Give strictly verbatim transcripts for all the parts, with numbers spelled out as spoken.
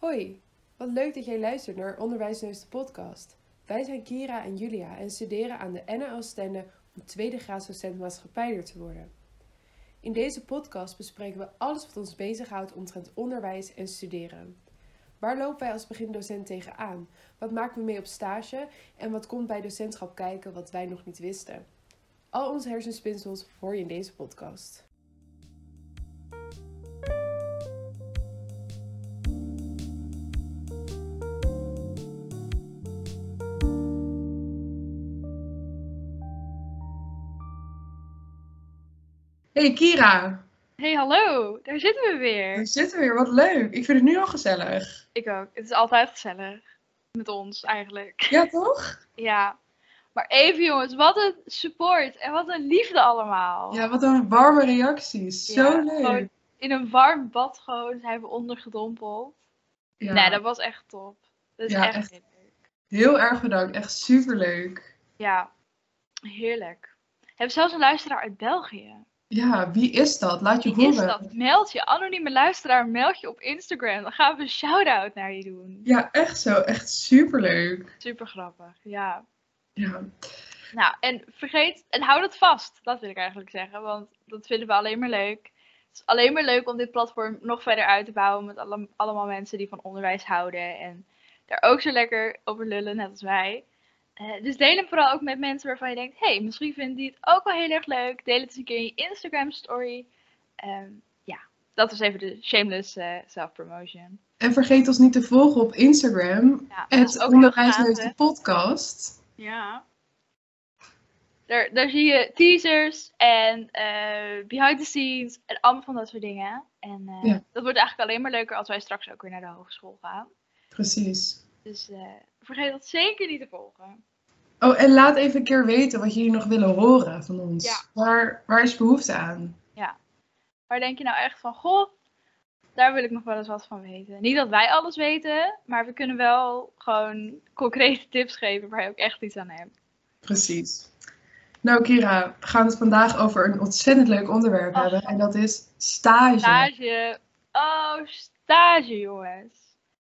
Hoi, wat leuk dat jij luistert naar Onderwijsneus de podcast. Wij zijn Kira en Julia en studeren aan de N L Stende om tweede graadsdocent maatschappijleer te worden. In deze podcast bespreken we alles wat ons bezighoudt omtrent onderwijs en studeren. Waar lopen wij als begindocent tegenaan? Wat maken we mee op stage? En wat komt bij docentschap kijken wat wij nog niet wisten? Al onze hersenspinsels hoor je in deze podcast. Hey Kira. Hey, hallo. Daar zitten we weer. Daar zitten we weer. Wat leuk. Ik vind het nu al gezellig. Ik ook. Het is altijd gezellig. Met ons eigenlijk. Ja, toch? Ja. Maar even jongens, wat een support en wat een liefde allemaal. Ja, wat een warme reacties. Zo Ja, leuk. gewoon in een warm bad gewoon zijn we ondergedompeld. Ja. Nee, dat was echt top. Dat is Ja, echt, echt. heel leuk. Heel erg bedankt. Echt superleuk. Ja, heerlijk. We hebben zelfs een luisteraar uit België. Ja, wie is dat? Laat je Wie is horen. dat? Meld je, anonieme luisteraar, meld je op Instagram. Dan gaan we een shout-out naar je doen. Ja, echt zo. Echt superleuk. Super grappig, ja. Ja. Nou, en vergeet, en hou dat vast, dat wil ik eigenlijk zeggen, want dat vinden we alleen maar leuk. Het is alleen maar leuk om dit platform nog verder uit te bouwen met alle, allemaal mensen die van onderwijs houden en daar ook zo lekker over lullen, net als wij. Uh, dus deel hem vooral ook met mensen waarvan je denkt, hé, hey, misschien vinden die het ook wel heel erg leuk. Deel het eens een keer in je Instagram story. Um, ja, dat was even de shameless uh, self-promotion. En vergeet ons niet te volgen op Instagram. Ja, Het Onderwijsneus de podcast. Ja. Daar, daar zie je teasers en uh, behind the scenes en allemaal van dat soort dingen. En uh, ja. Dat wordt eigenlijk alleen maar leuker als wij straks ook weer naar de hogeschool gaan. Precies. Dus uh, vergeet dat zeker niet te volgen. Oh, en laat even een keer weten wat jullie nog willen horen van ons. Ja. Waar, waar is behoefte aan? Ja. Waar denk je nou echt van, goh, daar wil ik nog wel eens wat van weten. Niet dat wij alles weten, maar we kunnen wel gewoon concrete tips geven waar je ook echt iets aan hebt. Precies. Nou Kira, we gaan het vandaag over een ontzettend leuk onderwerp oh. hebben. En dat is stage. Stage. Oh, stage jongens.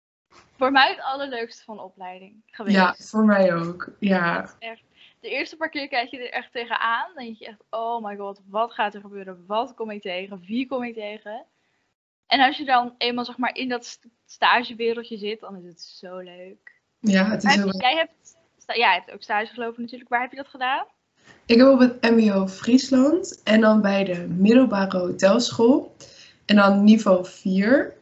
Voor mij het allerleukste van de opleiding geweest. Ja, voor mij ook. Ja. Echt. De eerste paar keer kijk je er echt tegenaan. Dan denk je echt, oh my god, wat gaat er gebeuren? Wat kom ik tegen? Wie kom ik tegen? En als je dan eenmaal zeg maar in dat stagewereldje zit, dan is het zo leuk. Ja, het is heel leuk. Jij hebt, jij hebt ook stage gelopen natuurlijk. Waar heb je dat gedaan? Ik heb op het M B O Friesland en dan bij de middelbare hotelschool. En dan niveau vier.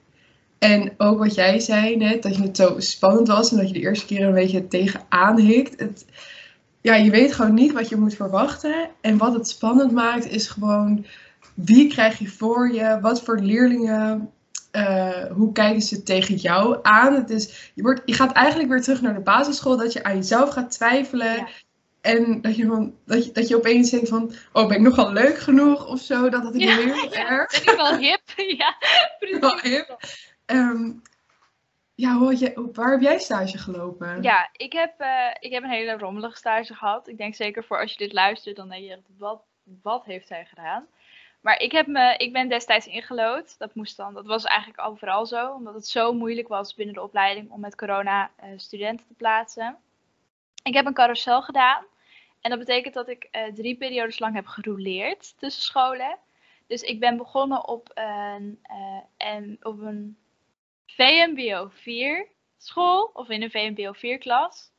En ook wat jij zei net, dat je het zo spannend was en dat je de eerste keer een beetje tegenaan hikt. Het, ja, je weet gewoon niet wat je moet verwachten. En wat het spannend maakt is gewoon, wie krijg je voor je? Wat voor leerlingen? Uh, hoe kijken ze tegen jou aan? Het is, je, wordt, je gaat eigenlijk weer terug naar de basisschool, dat je aan jezelf gaat twijfelen. Ja. En dat je, van, dat, je, dat je opeens denkt van, oh, ben ik nogal leuk genoeg of zo? Dat had ik ja, heel ja, erg. Ben ik wel hip? Ja, precies. Wel hip. Um, ja, hoe had je, waar heb jij stage gelopen? Ja, ik heb, uh, ik heb een hele rommelige stage gehad. Ik denk zeker voor als je dit luistert, dan denk je, wat, wat heeft zij gedaan? Maar ik, heb me, ik ben destijds ingelood. Dat moest dan, dat was eigenlijk overal zo. Omdat het zo moeilijk was binnen de opleiding om met corona uh, studenten te plaatsen. Ik heb een carousel gedaan. En dat betekent dat ik uh, drie periodes lang heb gerouleerd tussen scholen. Dus ik ben begonnen op een, uh, en, op een V M B O vier school. Of in een V M B O vier klas.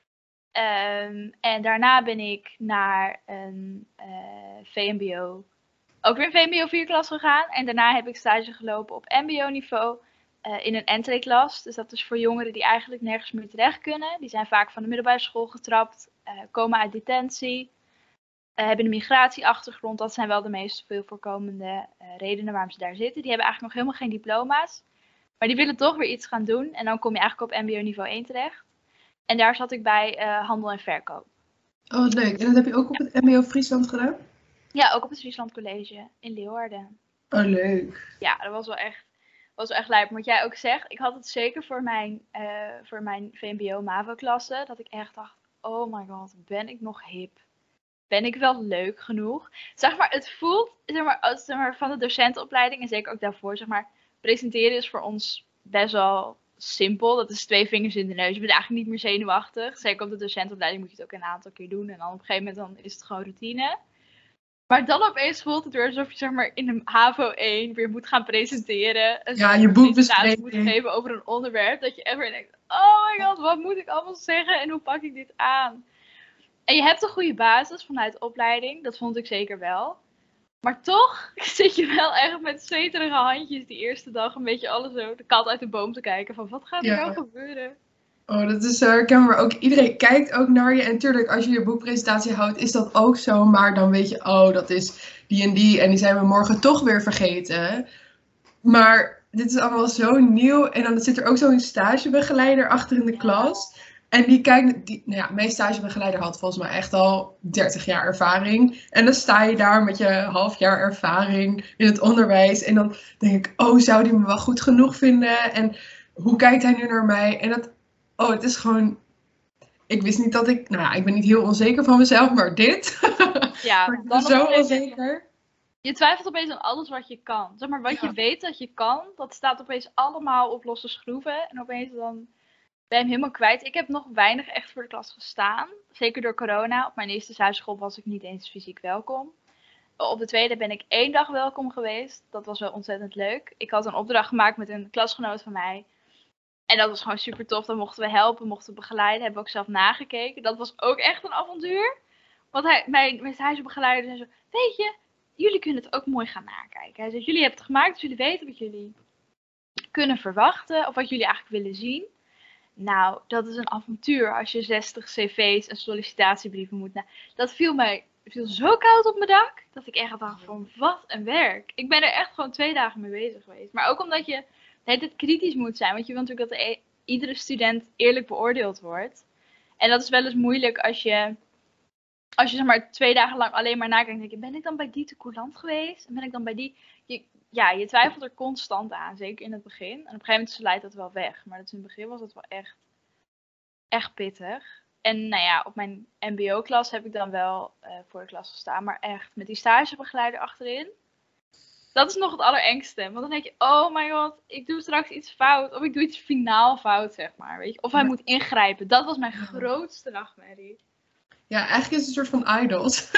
Um, en daarna ben ik naar een uh, V M B O... Ook weer een V M B O vier klas gegaan. En daarna heb ik stage gelopen op M B O niveau uh, in een entree-klas. Dus dat is voor jongeren die eigenlijk nergens meer terecht kunnen. Die zijn vaak van de middelbare school getrapt. Uh, komen uit detentie. Uh, hebben een migratieachtergrond. Dat zijn wel de meest veel voorkomende uh, redenen waarom ze daar zitten. Die hebben eigenlijk nog helemaal geen diploma's. Maar die willen toch weer iets gaan doen. En dan kom je eigenlijk op M B O niveau één terecht. En daar zat ik bij uh, handel en verkoop. Oh, wat leuk. En dat heb je ook op het M B O Friesland gedaan? Ja, ook op het Friesland College in Leeuwarden. Oh, leuk. Ja, dat was wel echt, was wel echt lijp. Wat jij ook zegt, ik had het zeker voor mijn, uh, voor mijn V M B O MAVO-klasse. Dat ik echt dacht, oh my god, ben ik nog hip? Ben ik wel leuk genoeg? Zeg maar, het voelt, zeg maar, als, zeg maar van de docentenopleiding en zeker ook daarvoor, zeg maar, presenteren is voor ons best wel simpel. Dat is twee vingers in de neus. Je bent eigenlijk niet meer zenuwachtig. Zeker op de docentopleiding moet je het ook een aantal keer doen. En dan op een gegeven moment dan is het gewoon routine. Maar dan opeens voelt het weer alsof je zeg maar in een HAVO één weer moet gaan presenteren. En Ja, je boekbespreking moet geven over een onderwerp. Dat je echt weer denkt, oh my god, wat moet ik allemaal zeggen en hoe pak ik dit aan? En je hebt een goede basis vanuit de opleiding. Dat vond ik zeker wel. Maar toch zit je wel echt met zweterige handjes die eerste dag een beetje alles zo de kat uit de boom te kijken. Van wat gaat er Ja. nou gebeuren? Oh, dat is zo herkenbaar. Ook iedereen kijkt ook naar je. En natuurlijk, als je je boekpresentatie houdt, is dat ook zo. Maar dan weet je, oh, dat is die en die. En die zijn we morgen toch weer vergeten. Maar dit is allemaal zo nieuw. En dan zit er ook zo'n stagebegeleider achter in de klas. En die kijkt, die, nou ja, mijn stagebegeleider had volgens mij echt al dertig jaar ervaring. En dan sta je daar met je half jaar ervaring in het onderwijs. En dan denk ik, oh, zou die me wel goed genoeg vinden? En hoe kijkt hij nu naar mij? En dat, oh, het is gewoon, ik wist niet dat ik, nou ja, ik ben niet heel onzeker van mezelf, maar dit. Ja, maar ik dan ben zo opeens- onzeker. Je twijfelt opeens aan alles wat je kan. Zeg maar, wat Ja. je weet dat je kan, dat staat opeens allemaal op losse schroeven. En opeens dan ben je hem helemaal kwijt. Ik heb nog weinig echt voor de klas gestaan. Zeker door corona. Op mijn eerste thuisschool was ik niet eens fysiek welkom. Op de tweede ben ik één dag welkom geweest. Dat was wel ontzettend leuk. Ik had een opdracht gemaakt met een klasgenoot van mij. En dat was gewoon super tof. Dan mochten we helpen, mochten we begeleiden. Hebben we ook zelf nagekeken. Dat was ook echt een avontuur. Want hij, mijn, mijn huisbegeleider zei zo, weet je, jullie kunnen het ook mooi gaan nakijken. Hij zei, jullie hebben het gemaakt, dus jullie weten wat jullie kunnen verwachten. Of wat jullie eigenlijk willen zien. Nou, dat is een avontuur als je zestig cv's en sollicitatiebrieven moet na. Dat viel mij viel zo koud op mijn dak, dat ik echt dacht van, wat een werk. Ik ben er echt gewoon twee dagen mee bezig geweest. Maar ook omdat je het kritisch moet zijn. Want je wil natuurlijk dat de, iedere student eerlijk beoordeeld wordt. En dat is wel eens moeilijk als je, als je zeg maar twee dagen lang alleen maar nakijkt. Denk je, ben ik dan bij die te coulant geweest? En ben ik dan bij die... Je, ja, je twijfelt er constant aan. Zeker in het begin. En op een gegeven moment leidt dat wel weg. Maar dat in het begin was het wel echt, echt pittig. En nou ja, op mijn mbo-klas heb ik dan wel uh, voor de klas gestaan. Maar echt, met die stagebegeleider achterin. Dat is nog het allerengste. Want dan denk je, oh my god, ik doe straks iets fout. Of ik doe iets finaal fout, zeg maar. Weet je? Of hij Ja. moet ingrijpen. Dat was mijn Ja. grootste nachtmerrie. Ja, eigenlijk is het een soort van idols.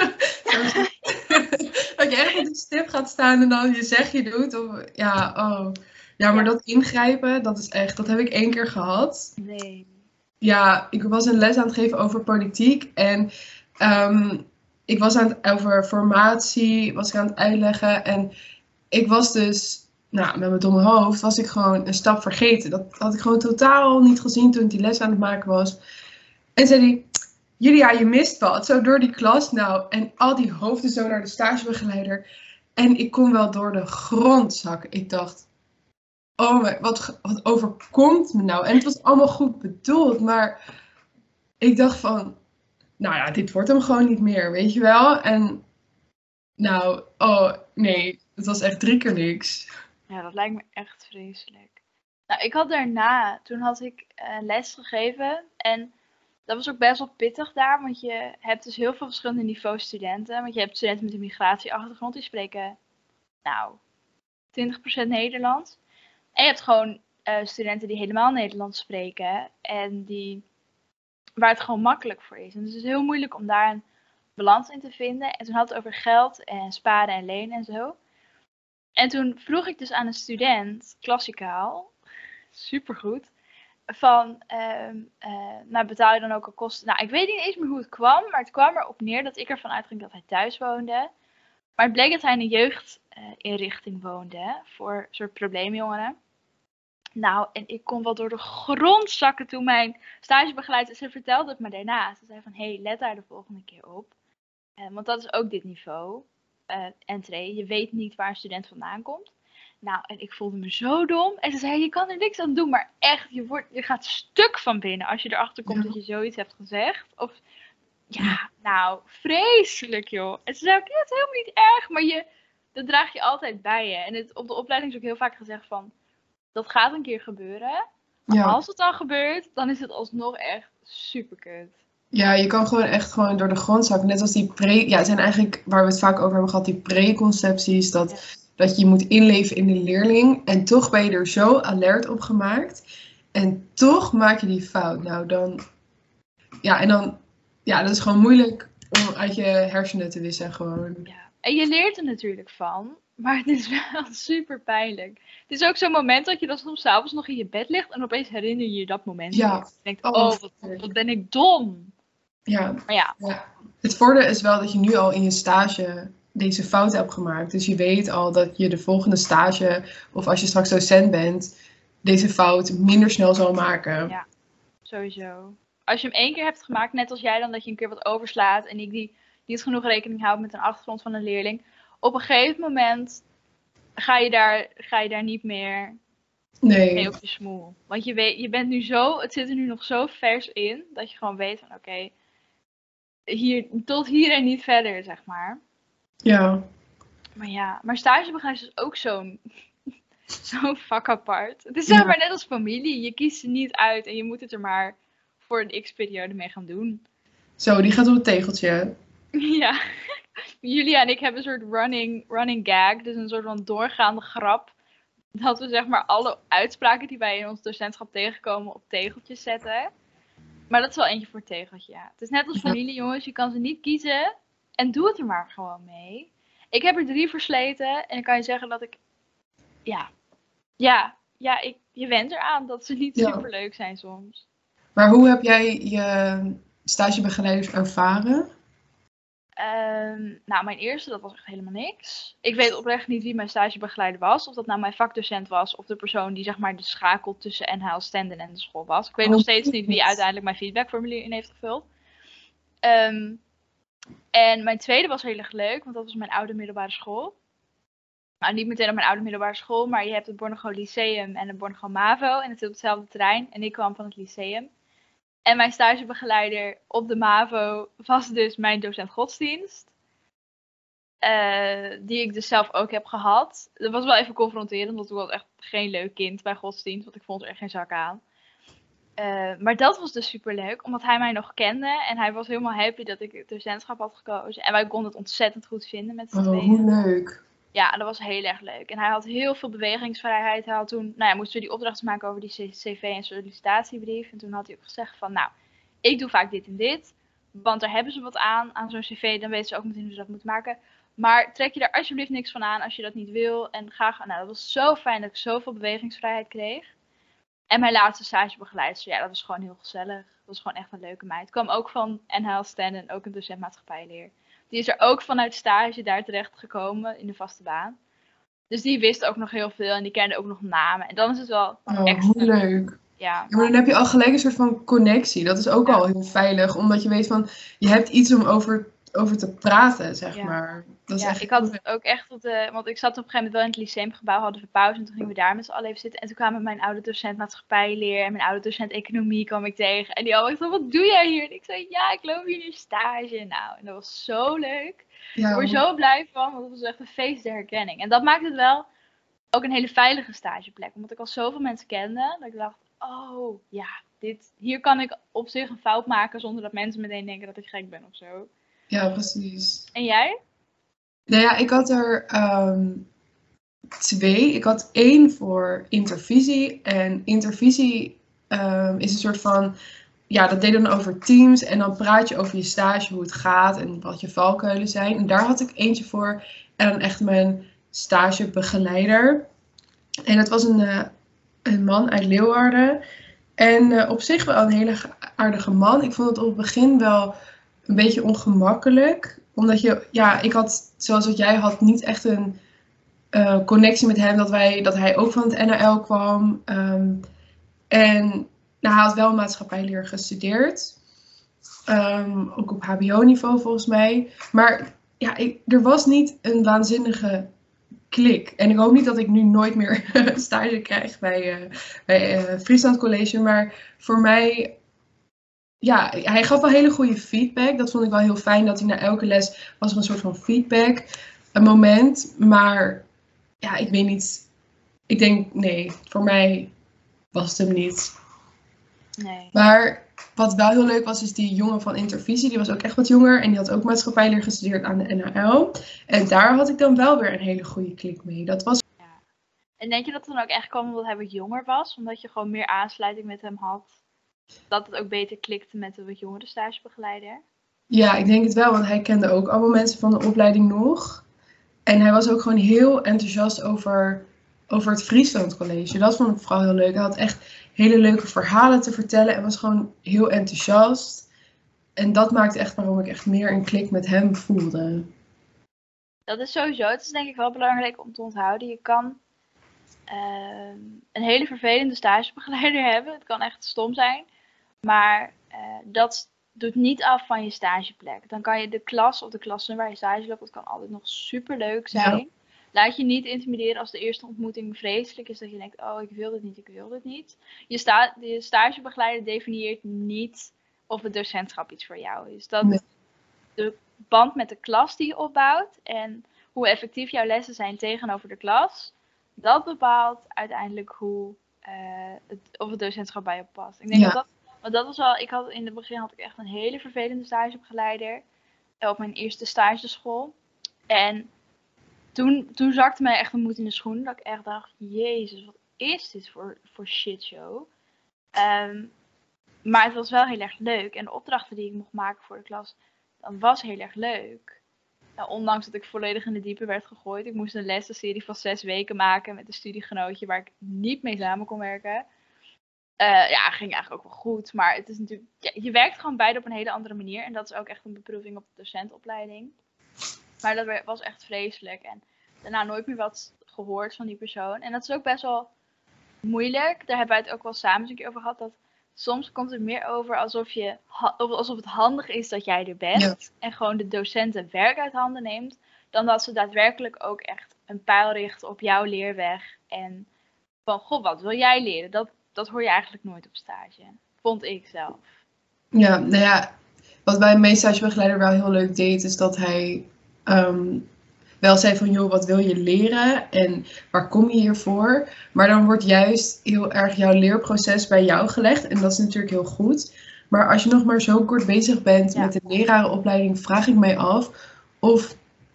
Dat je echt op de stip gaat staan en dan je zegje doet. Of, ja, oh. Ja, maar Ja. dat ingrijpen, dat is echt, dat heb ik één keer gehad. Nee. Ja, ik was een les aan het geven over politiek. En um, ik was aan het, over formatie, was ik aan het uitleggen. En ik was dus, nou, met mijn domme hoofd, was ik gewoon een stap vergeten. Dat had ik gewoon totaal niet gezien toen ik die les aan het maken was. En zei hij, Julia, je mist wat. Zo door die klas, nou. En al die hoofden zo naar de stagebegeleider. En ik kon wel door de grond zakken. Ik dacht, oh my, wat, wat overkomt me nou? En het was allemaal goed bedoeld, maar ik dacht van, nou ja, dit wordt hem gewoon niet meer, weet je wel? En nou, oh nee, het was echt drie keer niks. Ja, dat lijkt me echt vreselijk. Nou, ik had daarna, toen had ik uh, les gegeven. En dat was ook best wel pittig daar. Want je hebt dus heel veel verschillende niveaus studenten. Want je hebt studenten met een migratieachtergrond. Die spreken, nou, twintig procent Nederlands. En je hebt gewoon uh, studenten die helemaal Nederlands spreken. En die, waar het gewoon makkelijk voor is. En dus het is heel moeilijk om daar een balans in te vinden. En toen had het over geld en sparen en lenen en zo. En toen vroeg ik dus aan een student, klassikaal, supergoed, van, uh, uh, nou betaal je dan ook al kosten? Nou, ik weet niet eens meer hoe het kwam, maar het kwam erop neer dat ik ervan uitging dat hij thuis woonde. Maar het bleek dat hij in een jeugdinrichting uh, woonde, voor een soort probleemjongeren. Nou, en ik kon wel door de grond zakken toen mijn stagebegeleider, ze vertelde het me daarna. Ze zei van, hé, hey, let daar de volgende keer op. Uh, want dat is ook dit niveau. Uh, entree. Je weet niet waar een student vandaan komt. Nou, en ik voelde me zo dom. En ze zei, je kan er niks aan doen. Maar echt, je, wordt, je gaat stuk van binnen als je erachter komt ja. dat je zoiets hebt gezegd. Of, ja, nou, vreselijk joh. En ze zei ook, ja, het is helemaal niet erg. Maar je, dat draag je altijd bij je. En het, op de opleiding is ook heel vaak gezegd van, dat gaat een keer gebeuren. Maar ja. als het dan gebeurt, dan is het alsnog echt super kut. Ja, je kan gewoon echt gewoon door de grond zakken. Net als die pre... Ja, het zijn eigenlijk, waar we het vaak over hebben gehad, die preconcepties. Dat, ja. dat je moet inleven in de leerling. En toch ben je er zo alert op gemaakt. En toch maak je die fout. Nou, dan... Ja, en dan... Ja, dat is gewoon moeilijk om uit je hersenen te wissen gewoon. Ja. En je leert er natuurlijk van, maar het is wel super pijnlijk. Het is ook zo'n moment dat je dan soms 's avonds nog in je bed ligt en opeens herinner je je dat moment Ja. weer. Je denkt, Oh, oh, wat, wat ben ik dom. Ja. Maar ja. ja. Het voordeel is wel dat je nu al in je stage deze fout hebt gemaakt. Dus je weet al dat je de volgende stage, of als je straks docent bent, deze fout minder snel zal maken. Ja, sowieso. Als je hem één keer hebt gemaakt, net als jij dan, dat je een keer wat overslaat en ik die niet genoeg rekening houdt met een achtergrond van een leerling. Op een gegeven moment ga je daar, ga je daar niet meer Nee. mee op je smoel. Want je, weet, je bent nu zo, het zit er nu nog zo vers in, dat je gewoon weet van oké, okay, hier, tot hier en niet verder, zeg maar. Ja. Maar ja, maar stagebegeleiders is ook zo'n zo'n vak apart. Het is zeg maar net als familie. Je kiest ze niet uit en je moet het er maar voor een x-periode mee gaan doen. Zo, die gaat op het tegeltje. Ja. Julia en ik hebben een soort running, running gag. Dus een soort van doorgaande grap. Dat we zeg maar alle uitspraken die wij in ons docentschap tegenkomen op tegeltjes zetten. Maar dat is wel eentje voor het tegeltje, ja. Het is net als familie, jongens. Je kan ze niet kiezen. En doe het er maar gewoon mee. Ik heb er drie versleten. En ik kan je zeggen dat ik... Ja. Ja. Ja, ik, je went eraan dat ze niet Ja. super leuk zijn soms. Maar hoe heb jij je stagebegeleiders ervaren? Um, nou, mijn eerste, dat was echt helemaal niks. Ik weet oprecht niet wie mijn stagebegeleider was. Of dat nou mijn vakdocent was. Of de persoon die zeg maar de schakel tussen N H L Stenden en de school was. Ik weet Oh, nog steeds niet wie uiteindelijk mijn feedbackformulier in heeft gevuld. Um, en mijn tweede was heel erg leuk. Want dat was mijn oude middelbare school. Nou, niet meteen op mijn oude middelbare school. Maar je hebt het Bornego Lyceum en het Bornego Mavo. En het is op hetzelfde terrein. En ik kwam van het Lyceum. En mijn stagebegeleider op de MAVO was dus mijn docent godsdienst. Uh, die ik dus zelf ook heb gehad. Dat was wel even confronterend, want ik was echt geen leuk kind bij godsdienst. Want ik vond er echt geen zak aan. Uh, maar dat was dus super leuk, omdat hij mij nog kende. En hij was helemaal happy dat ik het docentschap had gekozen. En wij konden het ontzettend goed vinden met z'n Oh, tweeën. hoe leuk. Ja, dat was heel erg leuk. En hij had heel veel bewegingsvrijheid. Hij had toen, nou ja, moesten we die opdrachten maken over die cv en sollicitatiebrief. En toen had hij ook gezegd van, nou, ik doe vaak dit en dit. Want daar hebben ze wat aan, aan zo'n cv. Dan weten ze ook meteen hoe ze dat moeten maken. Maar trek je daar alsjeblieft niks van aan als je dat niet wil. En ga, nou, dat was zo fijn dat ik zoveel bewegingsvrijheid kreeg. En mijn laatste stagebegeleider, ja, dat was gewoon heel gezellig. Dat was gewoon echt een leuke meid. Kwam ook van N H L Stenden, ook een docent maatschappijleer. Die is er ook vanuit stage daar terecht gekomen in de vaste baan. Dus die wist ook nog heel veel en die kende ook nog namen. En dan is het wel Oh, extra hoe leuk. Ja. Ja, maar dan heb je al gelijk een soort van connectie. Dat is ook Ja. al heel veilig, omdat je weet van, je hebt iets om over, over te praten, zeg Ja. maar. Dat is Ja, echt ik had het ook echt op de, want ik zat op een gegeven moment wel in het lyceumgebouw, hadden we pauze en toen gingen we daar met z'n allen even zitten. En toen kwamen mijn oude docent maatschappijleer en mijn oude docent economie kwam ik tegen. En die allemaal echt zo, wat doe jij hier? En ik zei, ja, ik loop hier nu stage. Nou, en dat was zo leuk. Ja, Ik word er zo blij van, want het was echt een feest der herkenning. En dat maakt het wel ook een hele veilige stageplek. Omdat ik al zoveel mensen kende, dat ik dacht, oh ja, dit, hier kan ik op zich een fout maken zonder dat mensen meteen denken dat ik gek ben of zo. ja, precies. En jij? Nou ja, ik had er um, twee. Ik had één voor intervisie. En intervisie um, is een soort van, ja, dat deed dan over teams. En dan praat je over je stage, hoe het gaat en wat je valkuilen zijn. En daar had ik eentje voor. En dan echt mijn stagebegeleider. En dat was een, uh, een man uit Leeuwarden. En uh, op zich wel een hele aardige man. Ik vond het op het begin wel een beetje ongemakkelijk. Omdat je, ja, ik had, zoals wat jij had, niet echt een uh, connectie met hem. Dat, wij, dat hij ook van het N H L kwam. Um, en nou, hij had wel maatschappijleer gestudeerd. Um, ook op H B O-niveau volgens mij. Maar ja, ik, er was niet een waanzinnige klik. En ik hoop niet dat ik nu nooit meer stage krijg bij, uh, bij uh, Friesland College. Maar voor mij, ja, hij gaf wel hele goede feedback. Dat vond ik wel heel fijn, dat hij na elke les was er een soort van feedback, een moment. Maar ja, ik weet niet. Ik denk, nee, voor mij was het hem niet. Nee. Maar wat wel heel leuk was, is die jongen van intervisie. Die was ook echt wat jonger en die had ook maatschappijleer gestudeerd aan de N H L. En daar had ik dan wel weer een hele goede klik mee. Dat was... Ja. En denk je dat het dan ook echt kwam omdat hij wat jonger was? Omdat je gewoon meer aansluiting met hem had? Dat het ook beter klikte met de wat jongere stagebegeleider? Ja, ik denk het wel, want hij kende ook allemaal mensen van de opleiding nog. En hij was ook gewoon heel enthousiast over, over het Friesland College. Dat vond ik vooral heel leuk. Hij had echt hele leuke verhalen te vertellen en was gewoon heel enthousiast. En dat maakte echt waarom ik echt meer een klik met hem voelde. Dat is sowieso, het is denk ik wel belangrijk om te onthouden. Je kan uh, een hele vervelende stagebegeleider hebben. Het kan echt stom zijn. Maar uh, dat doet niet af van je stageplek. Dan kan je de klas of de klassen waar je stage loopt, dat kan altijd nog super leuk zijn. Ja. Laat je niet intimideren als de eerste ontmoeting vreselijk is. Dat je denkt, oh ik wil dit niet, ik wil dit niet. Je, sta je stagebegeleider definieert niet of het docentschap iets voor jou is. Dat nee. De band met de klas die je opbouwt en hoe effectief jouw lessen zijn tegenover de klas, dat bepaalt uiteindelijk hoe, uh, het, of het docentschap bij je past. Ik denk ja. dat dat, want dat was wel, ik had in het begin had ik echt een hele vervelende stagebegeleider op mijn eerste stageschool. En toen, toen zakte mij echt een moed in de schoen, dat ik echt dacht, jezus, wat is dit voor, voor shitshow? Um, maar het was wel heel erg leuk en de opdrachten die ik mocht maken voor de klas, dat was heel erg leuk. Nou, ondanks dat ik volledig in de diepe werd gegooid. Ik moest een lessenserie van zes weken maken met een studiegenootje waar ik niet mee samen kon werken. Uh, ja, ging eigenlijk ook wel goed. Maar het is natuurlijk, ja, je werkt gewoon beide op een hele andere manier. En dat is ook echt een beproeving op de docentopleiding. Maar dat was echt vreselijk. En daarna nooit meer wat gehoord van die persoon. En dat is ook best wel moeilijk. Daar hebben wij het ook wel samen eens een keer over gehad. Dat soms komt het meer over alsof, je, alsof het handig is dat jij er bent. Ja. En gewoon de docenten werk uit handen neemt. Dan dat ze daadwerkelijk ook echt een pijl richten op jouw leerweg. En van, goh, wat wil jij leren? Dat, dat hoor je eigenlijk nooit op stage. Vond ik zelf. Ja, nou ja, wat bij mijn stagebegeleider wel heel leuk deed, is dat hij um, wel zei van, joh, wat wil je leren en waar kom je hiervoor? Maar dan wordt juist heel erg jouw leerproces bij jou gelegd en dat is natuurlijk heel goed. Maar als je nog maar zo kort bezig bent ja. met de lerarenopleiding, vraag ik mij af of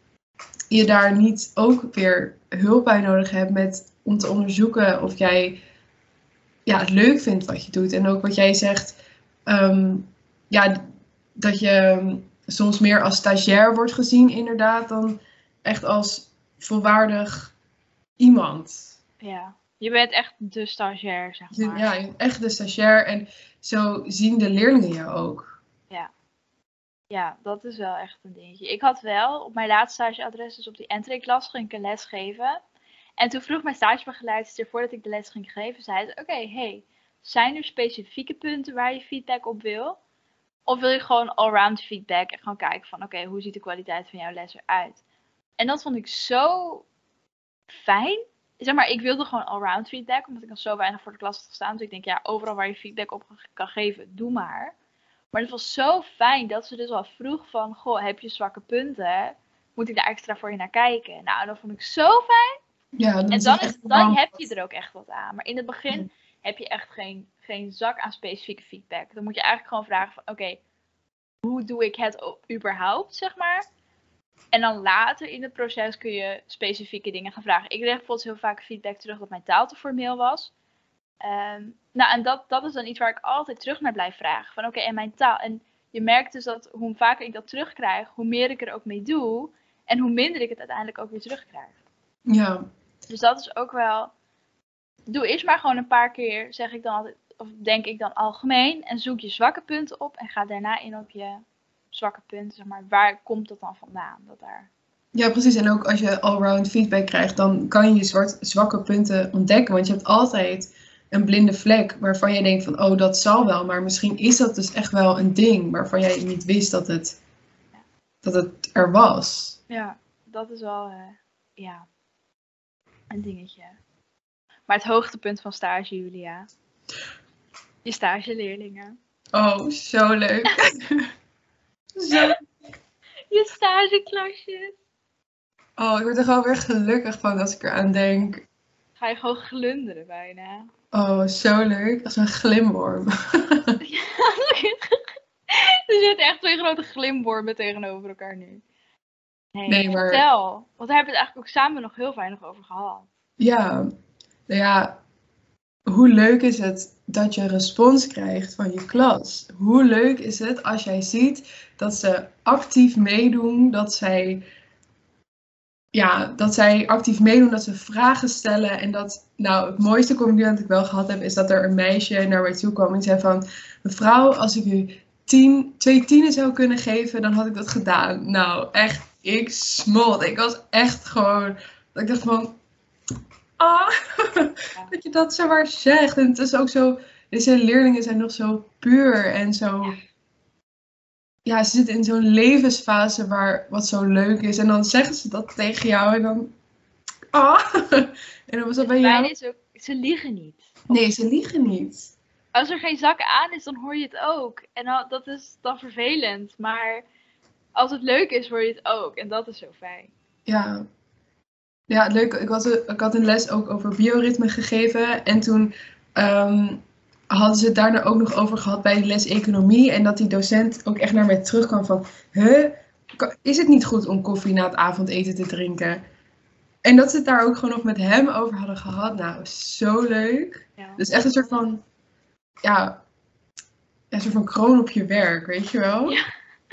je daar niet ook weer hulp bij nodig hebt met, om te onderzoeken of jij ja, het leuk vindt wat je doet. En ook wat jij zegt, um, ja, dat je soms meer als stagiair wordt gezien inderdaad dan echt als volwaardig iemand. Ja, je bent echt de stagiair, zeg maar. Ja, echt de stagiair en zo zien de leerlingen jou ook. Ja. Ja, dat is wel echt een dingetje. Ik had wel op mijn laatste stageadres, dus op die entree-klas, ging ik een les geven. En toen vroeg mijn stagebegeleider, voordat ik de les ging geven, zei ze, oké, okay, hey, zijn er specifieke punten waar je feedback op wil? Of wil je gewoon allround feedback en gewoon kijken van, oké, okay, hoe ziet de kwaliteit van jouw les eruit? En dat vond ik zo fijn. Zeg maar, ik wilde gewoon allround feedback, omdat ik dan zo weinig voor de klas had gestaan. Dus ik denk, ja, overal waar je feedback op kan geven, doe maar. Maar het was zo fijn dat ze dus al vroeg van, goh, heb je zwakke punten? Moet ik daar extra voor je naar kijken? Nou, dat vond ik zo fijn. Ja, en dan, is, dan heb je er ook echt wat aan. Maar in het begin ja. heb je echt geen, geen zak aan specifieke feedback. Dan moet je eigenlijk gewoon vragen van, oké, okay, hoe doe ik het überhaupt, zeg maar? En dan later in het proces kun je specifieke dingen gaan vragen. Ik kreeg bijvoorbeeld heel vaak feedback terug dat mijn taal te formeel was. Um, nou, en dat, dat is dan iets waar ik altijd terug naar blijf vragen. Van oké, okay, en mijn taal. En je merkt dus dat hoe vaker ik dat terugkrijg, hoe meer ik er ook mee doe. En hoe minder ik het uiteindelijk ook weer terugkrijg. Ja. Dus dat is ook wel... Doe eerst maar gewoon een paar keer, zeg ik dan altijd, of denk ik dan algemeen. En zoek je zwakke punten op en ga daarna in op je zwakke punten. Zeg maar, waar komt dat dan vandaan? Dat daar... Ja, precies. En ook als je allround feedback krijgt, dan kan je je zwart, zwakke punten ontdekken. Want je hebt altijd een blinde vlek waarvan je denkt van, oh, dat zal wel. Maar misschien is dat dus echt wel een ding waarvan jij niet wist dat het, ja. dat het er was. Ja, dat is wel, uh, ja, een dingetje. Maar het hoogtepunt van stage, Julia. Je stageleerlingen. Oh, zo leuk. Zo. Je stageklasjes. Oh, ik word er gewoon weer gelukkig van als ik eraan denk. Ga je gewoon glunderen bijna. Oh, zo leuk. Als een glimworm. Ja, er zitten echt twee grote glimwormen tegenover elkaar nu. Nee, nee maar... vertel. Want daar hebben we het eigenlijk ook samen nog heel weinig over gehad. Ja, Nou ja, hoe leuk is het dat je respons krijgt van je klas? Hoe leuk is het als jij ziet dat ze actief meedoen, dat zij, ja, dat zij actief meedoen, dat ze vragen stellen. En dat, nou, het mooiste compliment dat ik wel gehad heb, is dat er een meisje naar mij toe kwam en zei van, mevrouw, als ik u tien, twee tienen zou kunnen geven, dan had ik dat gedaan. Nou, echt, ik smolt. Ik was echt gewoon, ik dacht van, ah, Ja. dat je dat zomaar zegt. En het is ook zo, deze leerlingen zijn nog zo puur en zo, Ja. ja, ze zitten in zo'n levensfase waar wat zo leuk is. En dan zeggen ze dat tegen jou en dan, ah. En dan was dat Het bij fijne jou? is ook, ze liegen niet. Nee, ze liegen niet. Als er geen zak aan is, dan hoor je het ook. En dan, dat is dan vervelend. Maar als het leuk is, hoor je het ook. En dat is zo fijn. Ja. Ja, leuk. Ik had, een- ik had een les ook over bioritme gegeven. En toen ehm, hadden ze het daarna ook nog over gehad bij de les economie. En dat die docent ook echt naar mij terugkwam van... Huh? Ka- Is het niet goed om koffie na het avondeten te drinken? En dat ze het daar ook gewoon nog met hem over hadden gehad. Nou, zo leuk. Ja. Dus echt een soort van... Ja, een soort van kroon op je werk, weet je wel? Ja.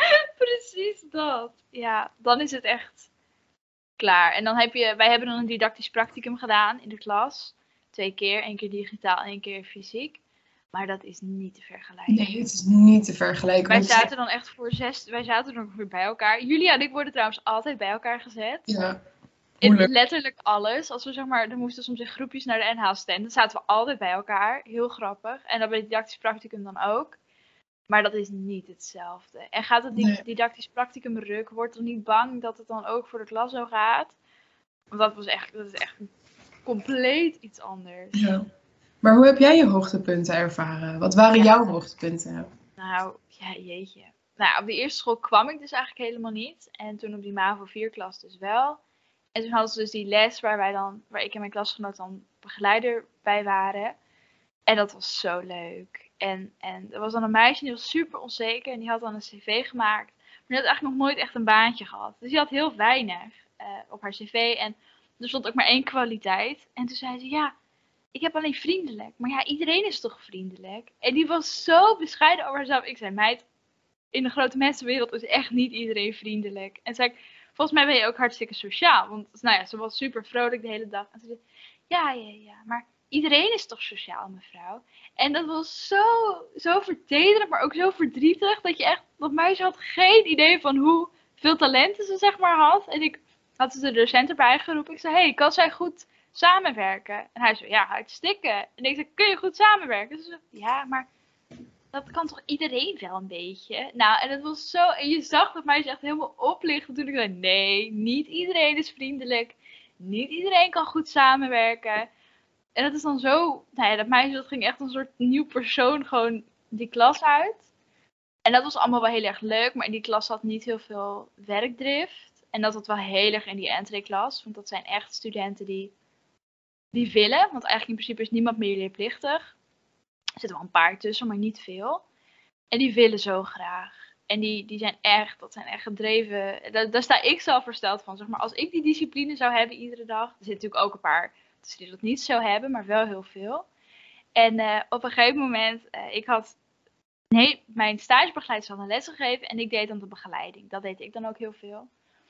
Precies dat. Ja, dan is het echt klaar. En dan heb je, wij hebben dan een didactisch practicum gedaan in de klas. Twee keer, één keer digitaal en één keer fysiek. Maar dat is niet te vergelijken. Nee, het is niet te vergelijken. Wij want- zaten dan echt voor zes, wij zaten dan weer bij elkaar. Julia en ik worden trouwens altijd bij elkaar gezet. Ja, In hoe leuk. letterlijk alles. Als we zeg maar, er moesten soms in groepjes naar de N H-stand. Dan zaten we altijd bij elkaar. Heel grappig. En dat bij het didactisch practicum dan ook. Maar dat is niet hetzelfde. En gaat het di- Nee. didactisch practicum ruk, wordt er niet bang dat het dan ook voor de klas zo gaat. Want dat was echt, dat is echt compleet iets anders. Ja. Maar hoe heb jij je hoogtepunten ervaren? Wat waren Ja. jouw hoogtepunten? Nou, ja, jeetje. Nou, op de eerste school kwam ik dus eigenlijk helemaal niet. En toen op die MAVO vier klas dus wel. En toen hadden ze dus die les waar wij dan, waar ik en mijn klasgenoot dan begeleider bij waren. En dat was zo leuk. En, en er was dan een meisje die was super onzeker en die had dan een cv gemaakt. Maar die had eigenlijk nog nooit echt een baantje gehad. Dus die had heel weinig eh, op haar cv en er stond ook maar één kwaliteit. En toen zei ze, ja, ik heb alleen vriendelijk. Maar ja, iedereen is toch vriendelijk? En die was zo bescheiden over haarzelf. Ik zei, meid, in de grote mensenwereld is echt niet iedereen vriendelijk. En zei ik, volgens mij ben je ook hartstikke sociaal. Want nou ja, ze was super vrolijk de hele dag. En ze zei, ja, ja, ja, maar iedereen is toch sociaal, mevrouw? En dat was zo, zo vertederend, maar ook zo verdrietig. Dat je echt, dat meisje had geen idee van hoeveel talenten ze zeg maar had. En ik had ze de docent erbij geroepen. Ik zei, hey, kan zij goed samenwerken? En hij zei, ja, hartstikke. En ik zei, kun je goed samenwerken? Ze zei, ja, maar dat kan toch iedereen wel een beetje? Nou, en het was zo, en je zag dat meisje echt helemaal oplichten toen ik zei, nee, niet iedereen is vriendelijk. Niet iedereen kan goed samenwerken. En dat is dan zo, nou ja, dat meisje dat ging echt een soort nieuw persoon gewoon die klas uit. En dat was allemaal wel heel erg leuk, maar in die klas had niet heel veel werkdrift. En dat zat wel heel erg in die entree-klas, want dat zijn echt studenten die, die willen. Want eigenlijk in principe is niemand meer leerplichtig. Er zitten wel een paar tussen, maar niet veel. En die willen zo graag. En die, die zijn echt, dat zijn echt gedreven. Daar, daar sta ik zelf versteld van. Zeg maar, als ik die discipline zou hebben iedere dag. Er zitten natuurlijk ook een paar tussen die dat niet zo hebben, maar wel heel veel. En uh, op een gegeven moment, uh, ik had, nee, mijn stagebegeleidster had een les gegeven en ik deed dan de begeleiding. Dat deed ik dan ook heel veel.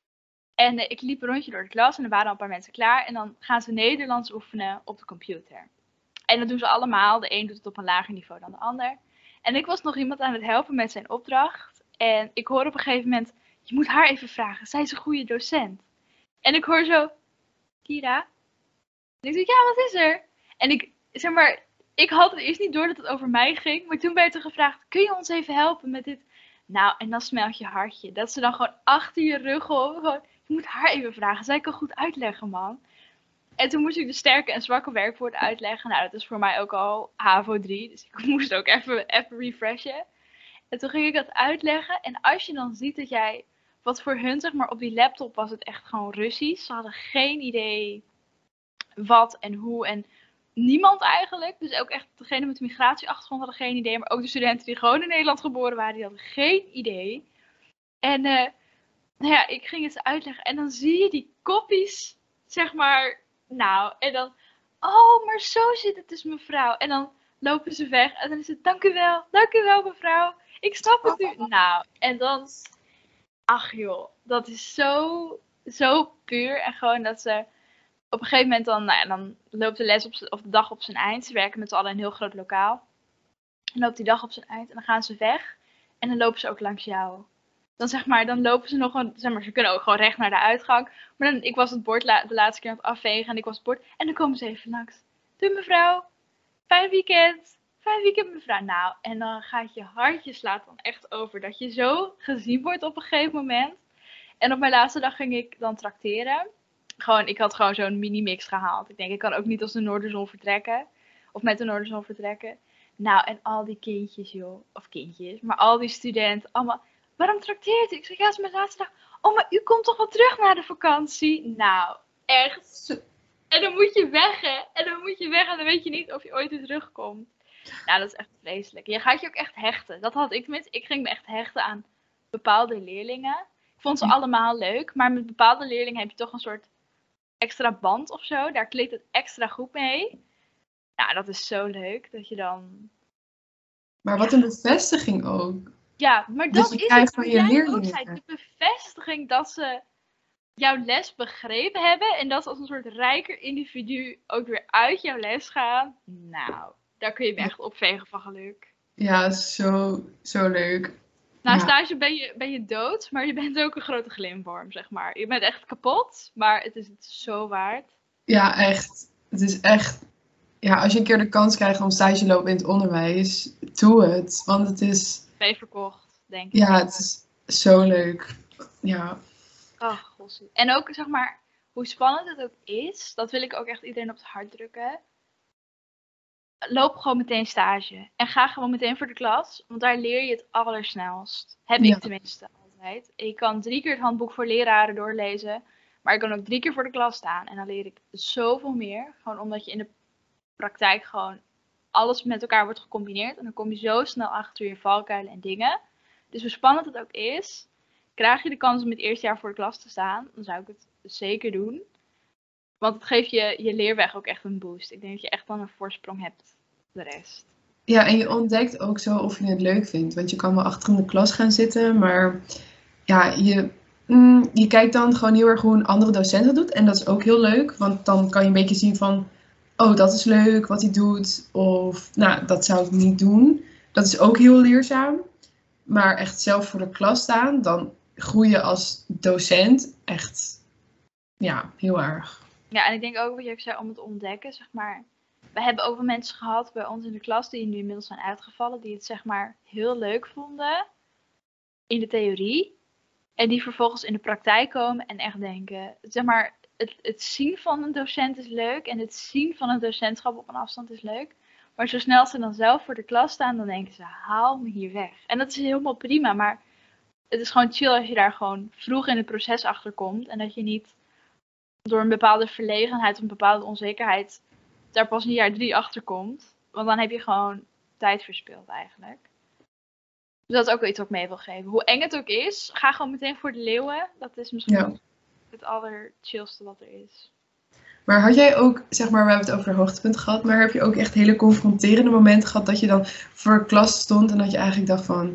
En uh, ik liep een rondje door de klas en er waren al een paar mensen klaar. En dan gaan ze Nederlands oefenen op de computer. En dat doen ze allemaal. De een doet het op een lager niveau dan de ander. En ik was nog iemand aan het helpen met zijn opdracht. En ik hoor op een gegeven moment, je moet haar even vragen. Zij is een goede docent. En ik hoor zo, Kira? En ik zeg, ja, wat is er? En ik, zeg maar, ik had het eerst niet door dat het over mij ging. Maar toen werd er gevraagd, kun je ons even helpen met dit? Nou, en dan smelt je hartje. Dat ze dan gewoon achter je rug om, gewoon, je moet haar even vragen. Zij kan goed uitleggen, man. En toen moest ik de sterke en zwakke werkwoorden uitleggen. Nou, dat is voor mij ook al HAVO drie. Dus ik moest ook even, even refreshen. En toen ging ik dat uitleggen. En als je dan ziet dat jij, wat voor hun zeg maar, op die laptop was het echt gewoon Russisch. Ze hadden geen idee wat en hoe en niemand eigenlijk. Dus ook echt degene met de migratieachtergrond hadden geen idee. Maar ook de studenten die gewoon in Nederland geboren waren, die hadden geen idee. En uh, nou ja, ik ging het uitleggen. En dan zie je die koppies, zeg maar. Nou, en dan oh, maar zo zit het dus mevrouw. En dan lopen ze weg en dan is het, dank u wel, dank u wel mevrouw. Ik snap het nu. Nou, en dan, ach joh, dat is zo, zo puur. En gewoon dat ze op een gegeven moment dan, nou ja, dan loopt de les op z'n- of de dag op zijn eind. Ze werken met z'n allen in een heel groot lokaal. Dan loopt die dag op zijn eind en dan gaan ze weg. En dan lopen ze ook langs jou. Dan zeg maar, dan lopen ze nog een, zeg maar, ze kunnen ook gewoon recht naar de uitgang. Maar dan, ik was het bord la- de laatste keer aan het afvegen en ik was het bord. En dan komen ze even langs. Doei mevrouw, fijn weekend. Fijn weekend mevrouw. Nou, en dan gaat je hartje slaat dan echt over. Dat je zo gezien wordt op een gegeven moment. En op mijn laatste dag ging ik dan trakteren. Gewoon, ik had gewoon zo'n mini-mix gehaald. Ik denk, ik kan ook niet als de Noorderzon vertrekken. Of met de Noorderzon vertrekken. Nou, en al die kindjes, joh. Of kindjes. Maar al die studenten, allemaal. Waarom trakteert u? Ik zeg, ja, het is mijn laatste dag. Oh, maar u komt toch wel terug na de vakantie? Nou, echt. En dan moet je weg, hè. En dan moet je weg en dan weet je niet of je ooit weer terugkomt. Nou, dat is echt vreselijk. Je gaat je ook echt hechten. Dat had ik tenminste. Ik ging me echt hechten aan bepaalde leerlingen. Ik vond ze allemaal leuk. Maar met bepaalde leerlingen heb je toch een soort extra band of zo. Daar klikt het extra goed mee. Nou, dat is zo leuk. Dat je dan... Maar wat een bevestiging ook. Ja, maar Dus dat je is krijgt het van wat je jij ook leerlingen. zei. De bevestiging dat ze jouw les begrepen hebben. En dat ze als een soort rijker individu ook weer uit jouw les gaan. Nou, daar kun je me echt opvegen van geluk. Ja, zo, zo leuk. Na Ja. stage ben je, ben je dood, maar je bent ook een grote glimworm, zeg maar. Je bent echt kapot, maar het is het zo waard. Ja, echt. Het is echt... Ja, als je een keer de kans krijgt om stage te lopen in het onderwijs, doe het. Want het is... Ben je verkocht, denk ik. Ja, het is zo leuk. Ja. Oh, gossie. En ook, zeg maar, hoe spannend het ook is, dat wil ik ook echt iedereen op het hart drukken. Loop gewoon meteen stage. En ga gewoon meteen voor de klas, want daar leer je het allersnelst. Heb Ja. ik tenminste altijd. Ik kan drie keer het handboek voor leraren doorlezen, maar ik kan ook drie keer voor de klas staan. En dan leer ik zoveel meer. Gewoon omdat je in de praktijk gewoon alles met elkaar wordt gecombineerd. En dan kom je zo snel achter je valkuilen en dingen. Dus hoe spannend het ook is, krijg je de kans om het eerste jaar voor de klas te staan, dan zou ik het zeker doen. Want het geeft je, je leerweg ook echt een boost. Ik denk dat je echt dan een voorsprong hebt op de rest. Ja, en je ontdekt ook zo of je het leuk vindt. Want je kan wel achter in de klas gaan zitten, maar ja, je, mm, je kijkt dan gewoon heel erg hoe een andere docent het doet. En dat is ook heel leuk, want dan kan je een beetje zien van, oh, dat is leuk wat hij doet. Of, nou, dat zou ik niet doen. Dat is ook heel leerzaam. Maar echt zelf voor de klas staan, dan groei je als docent echt, ja, heel erg. Ja, en ik denk ook wat je ook zei om het ontdekken, zeg maar. We hebben ook wel mensen gehad bij ons in de klas die nu inmiddels zijn uitgevallen, die het zeg maar heel leuk vonden in de theorie. En die vervolgens in de praktijk komen en echt denken, zeg maar, het, het zien van een docent is leuk en het zien van een docentschap op een afstand is leuk. Maar zo snel ze dan zelf voor de klas staan, dan denken ze, haal me hier weg. En dat is helemaal prima, maar het is gewoon chill als je daar gewoon vroeg in het proces achter komt. En dat je niet door een bepaalde verlegenheid of een bepaalde onzekerheid daar pas in jaar drie achter komt. Want dan heb je gewoon tijd verspild eigenlijk. Dus dat is ook wel iets wat ik mee wil geven. Hoe eng het ook is, ga gewoon meteen voor de leeuwen. Dat is misschien Ja. het allerchillste wat er is. Maar had jij ook, zeg maar, we hebben het over de hoogtepunten gehad, maar heb je ook echt hele confronterende momenten gehad dat je dan voor de klas stond en dat je eigenlijk dacht van,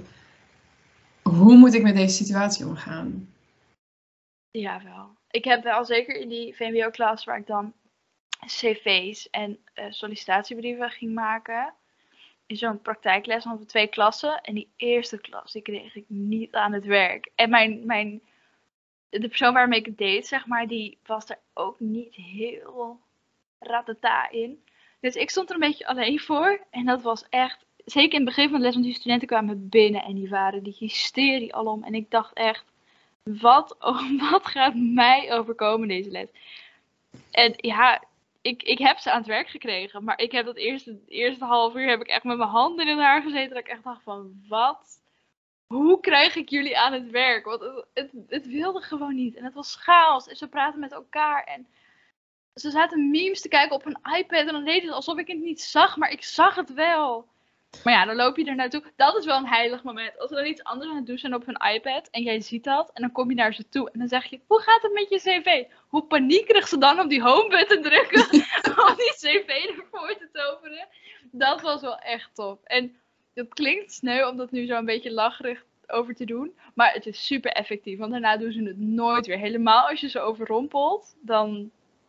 hoe moet ik met deze situatie omgaan? Ja, wel. Ik heb wel zeker in die V M B O-klas waar ik dan cv's en uh, sollicitatiebrieven ging maken. In zo'n praktijkles hadden we twee klassen. En die eerste klas, die kreeg ik niet aan het werk. En mijn, mijn, de persoon waarmee ik het deed, zeg maar, die was er ook niet heel ratata in. Dus ik stond er een beetje alleen voor. En dat was echt, zeker in het begin van de les, want die studenten kwamen binnen en die waren die hysterie alom. En ik dacht echt, wat, oh, wat gaat mij overkomen deze les? En ja, ik, ik heb ze aan het werk gekregen. Maar ik heb dat eerste, eerste half uur heb ik echt met mijn handen in haar gezeten. Dat ik echt dacht van, wat? Hoe krijg ik jullie aan het werk? Want het, het, het wilde gewoon niet. En het was chaos. En ze praten met elkaar. En ze zaten memes te kijken op een iPad. En dan deden ze alsof ik het niet zag. Maar ik zag het wel. Maar ja, dan loop je er naartoe. Dat is wel een heilig moment. Als ze dan iets anders aan het doen zijn op hun iPad en jij ziet dat en dan kom je naar ze toe en dan zeg je, hoe gaat het met je cv? Hoe paniekerig ze dan op die home button drukken om die cv ervoor te toveren. Dat was wel echt top. En het klinkt sneu om dat nu zo een beetje lacherig over te doen, maar het is super effectief, want daarna doen ze het nooit weer. Helemaal als je ze overrompelt, dan,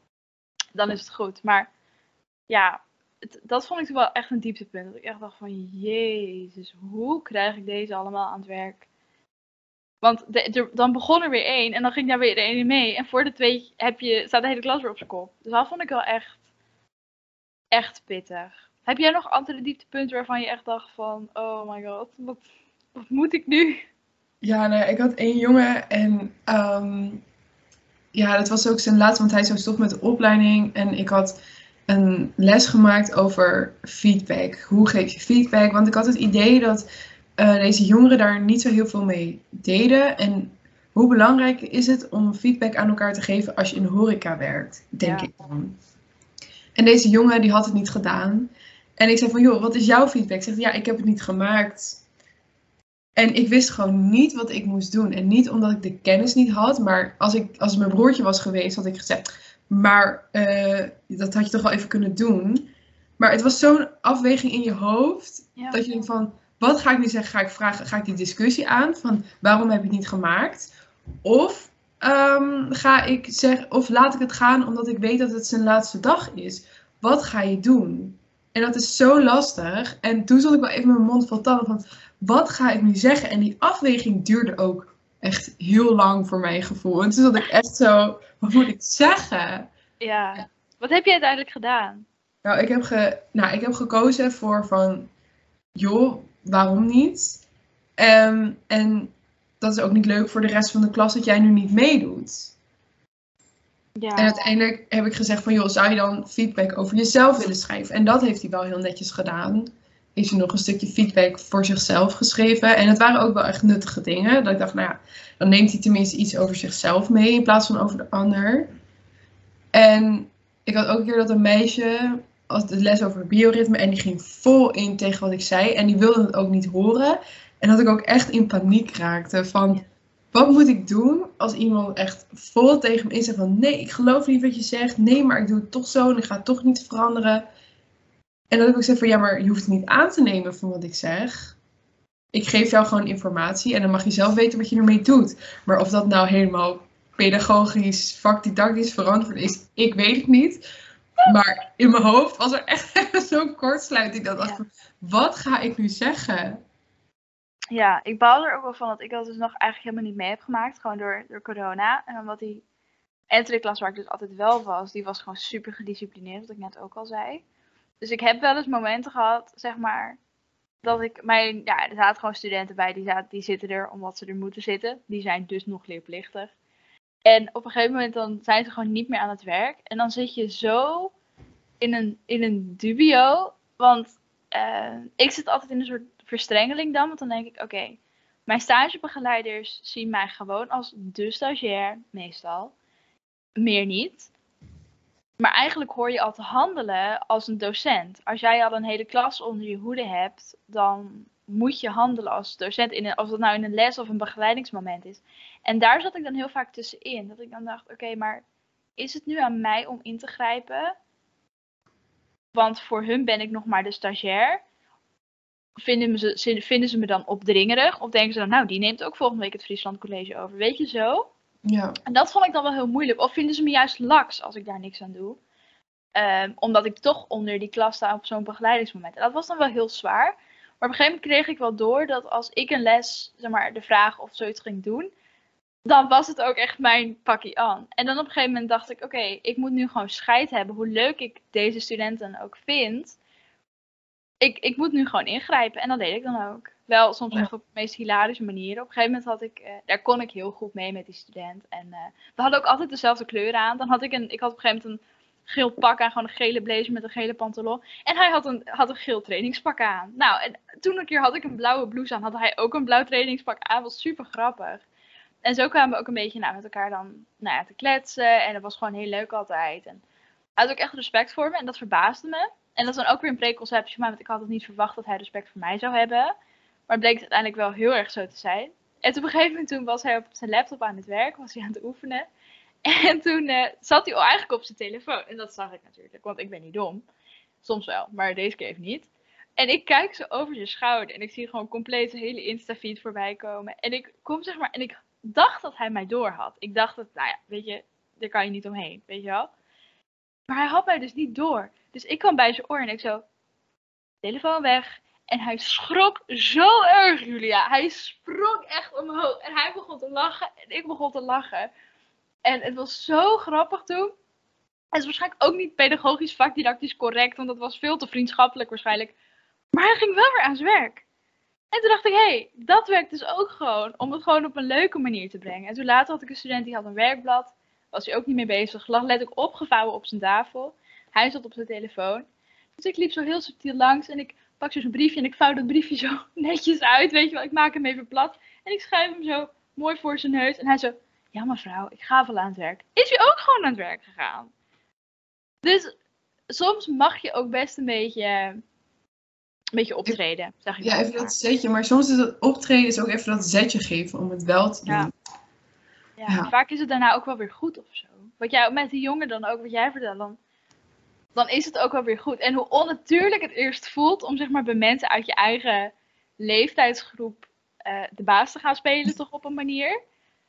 dan is het goed. Maar ja, het, dat vond ik toch wel echt een dieptepunt. Dat ik echt dacht van, jezus, hoe krijg ik deze allemaal aan het werk? Want de, de, dan begon er weer één en dan ging daar weer één mee. En voor de twee heb je, staat de hele klas weer op zijn kop. Dus dat vond ik wel echt, echt pittig. Heb jij nog andere dieptepunten waarvan je echt dacht van, oh my god, wat, wat moet ik nu? Ja, nou, ik had één jongen en um, ja, dat was ook zijn laatste, want hij zou stoppen met de opleiding. En ik had een les gemaakt over feedback. Hoe geef je feedback? Want ik had het idee dat uh, deze jongeren daar niet zo heel veel mee deden. En hoe belangrijk is het om feedback aan elkaar te geven als je in de horeca werkt, denk Ja. ik dan. En deze jongen die had het niet gedaan. En ik zei van, joh, wat is jouw feedback? Zegt, ja, ik heb het niet gemaakt. En ik wist gewoon niet wat ik moest doen. En niet omdat ik de kennis niet had, maar als, ik, als het mijn broertje was geweest, had ik gezegd, maar uh, dat had je toch wel even kunnen doen. Maar het was zo'n afweging in je hoofd, Ja. dat je denkt van, wat ga ik nu zeggen? Ga ik vragen, ga ik die discussie aan van, waarom heb je het niet gemaakt? Of um, ga ik zeggen, of laat ik het gaan omdat ik weet dat het zijn laatste dag is. Wat ga je doen? En dat is zo lastig. En toen zat ik wel even met mijn mond vol tanden van, wat ga ik nu zeggen? En die afweging duurde ook echt heel lang voor mijn gevoel. En toen zat ik echt zo, wat moet ik zeggen? Ja. Wat heb je uiteindelijk gedaan? Nou, ik heb, ge, nou, ik heb gekozen voor van, joh, waarom niet? Um, en dat is ook niet leuk voor de rest van de klas dat jij nu niet meedoet. Ja. En uiteindelijk heb ik gezegd van, joh, zou je dan feedback over jezelf willen schrijven? En dat heeft hij wel heel netjes gedaan. Heeft hij nog een stukje feedback voor zichzelf geschreven. En het waren ook wel echt nuttige dingen. Dat ik dacht, nou ja, dan neemt hij tenminste iets over zichzelf mee in plaats van over de ander. En ik had ook een keer dat een meisje, als de les over bioritme, en die ging vol in tegen wat ik zei. En die wilde het ook niet horen. En dat ik ook echt in paniek raakte van, wat moet ik doen als iemand echt vol tegen me in zegt van, nee, ik geloof niet wat je zegt. Nee, maar ik doe het toch zo en ik ga het toch niet veranderen. En dat ik ook zeg van, ja, maar je hoeft het niet aan te nemen van wat ik zeg. Ik geef jou gewoon informatie en dan mag je zelf weten wat je ermee doet. Maar of dat nou helemaal pedagogisch, vakdidactisch verantwoord is, ik weet het niet. Maar in mijn hoofd was er echt zo'n kortsluiting dat ik dacht van, wat ga ik nu zeggen? Ja, ik baal er ook wel van dat ik dat dus nog eigenlijk helemaal niet mee heb gemaakt. Gewoon door, door corona. En omdat die entry-klas waar ik dus altijd wel was, die was gewoon super gedisciplineerd, wat ik net ook al zei. Dus ik heb wel eens momenten gehad, zeg maar, dat ik mijn, ja, er zaten gewoon studenten bij, die, zaten, die zitten er omdat ze er moeten zitten. Die zijn dus nog leerplichtig. En op een gegeven moment dan zijn ze gewoon niet meer aan het werk. En dan zit je zo in een, in een dubio, want uh, ik zit altijd in een soort verstrengeling dan, want dan denk ik, oké, okay, mijn stagebegeleiders zien mij gewoon als de stagiair, meestal. Meer niet. Maar eigenlijk hoor je al te handelen als een docent. Als jij al een hele klas onder je hoede hebt, dan moet je handelen als docent, in een, of dat nou in een les of een begeleidingsmoment is. En daar zat ik dan heel vaak tussenin. Dat ik dan dacht, oké, okay, maar is het nu aan mij om in te grijpen? Want voor hun ben ik nog maar de stagiair. Vinden ze, vinden ze me dan opdringerig? Of denken ze dan, nou, die neemt ook volgende week het Friesland College over. Weet je zo? Ja. En dat vond ik dan wel heel moeilijk. Of vinden ze me juist laks als ik daar niks aan doe? Um, omdat ik toch onder die klas sta op zo'n begeleidingsmoment. En dat was dan wel heel zwaar. Maar op een gegeven moment kreeg ik wel door dat als ik een les, zeg maar, de vraag of zoiets ging doen, dan was het ook echt mijn pakkie aan. En dan op een gegeven moment dacht ik, oké, okay, ik moet nu gewoon scheid hebben, hoe leuk ik deze studenten ook vind. Ik, ik moet nu gewoon ingrijpen. En dat deed ik dan ook. Wel soms echt op de meest hilarische manieren. Op een gegeven moment had ik, uh, daar kon ik heel goed mee met die student. En uh, we hadden ook altijd dezelfde kleuren aan. Dan had ik een, ik had op een gegeven moment een geel pak aan, gewoon een gele blazer met een gele pantalon. En hij had een, had een geel trainingspak aan. Nou, en toen een keer had ik een blauwe blouse aan, had hij ook een blauw trainingspak aan. Dat was super grappig. En zo kwamen we ook een beetje nou, met elkaar dan nou ja, te kletsen. En dat was gewoon heel leuk altijd. En hij had ook echt respect voor me en dat verbaasde me. En dat is dan ook weer een preconceptie, maar want ik had het niet verwacht dat hij respect voor mij zou hebben. Maar het bleek het uiteindelijk wel heel erg zo te zijn. En op een gegeven moment toen was hij op zijn laptop aan het werk, was hij aan het oefenen. En toen uh, zat hij al eigenlijk op zijn telefoon. En dat zag ik natuurlijk, want ik ben niet dom. Soms wel, maar deze keer even niet. En ik kijk zo over zijn schouder en ik zie gewoon compleet een hele Insta-feed voorbij komen. En ik kom zeg maar, en ik dacht dat hij mij door had. Ik dacht dat, nou ja, weet je, daar kan je niet omheen, weet je wel. Maar hij had mij dus niet door. Dus ik kwam bij zijn oor en ik zo, telefoon weg. En hij schrok zo erg, Julia. Hij sprong echt omhoog. En hij begon te lachen en ik begon te lachen. En het was zo grappig toen. Het is waarschijnlijk ook niet pedagogisch vakdidactisch correct, want dat was veel te vriendschappelijk waarschijnlijk. Maar hij ging wel weer aan zijn werk. En toen dacht ik, hé, hey, dat werkt dus ook gewoon, om het gewoon op een leuke manier te brengen. En toen later had ik een student die had een werkblad, was hij ook niet mee bezig, lag letterlijk opgevouwen op zijn tafel. Hij zat op zijn telefoon. Dus ik liep zo heel subtiel langs en ik pak zo zijn briefje en ik vouw dat briefje zo netjes uit, weet je wel. Ik maak hem even plat en ik schuif hem zo mooi voor zijn neus. En hij zo, ja mevrouw, ik ga wel aan het werk. Is hij ook gewoon aan het werk gegaan? Dus soms mag je ook best een beetje, een beetje optreden, zeg ik. Ja, even dat zetje. Maar soms is het optreden is ook even dat zetje geven om het wel te doen. Ja. Ja, Ja. Vaak is het daarna ook wel weer goed of zo. Wat jij met die jongen dan ook, wat jij vertelt, dan, dan is het ook wel weer goed. En hoe onnatuurlijk het eerst voelt om zeg maar bij mensen uit je eigen leeftijdsgroep uh, de baas te gaan spelen, toch op een manier,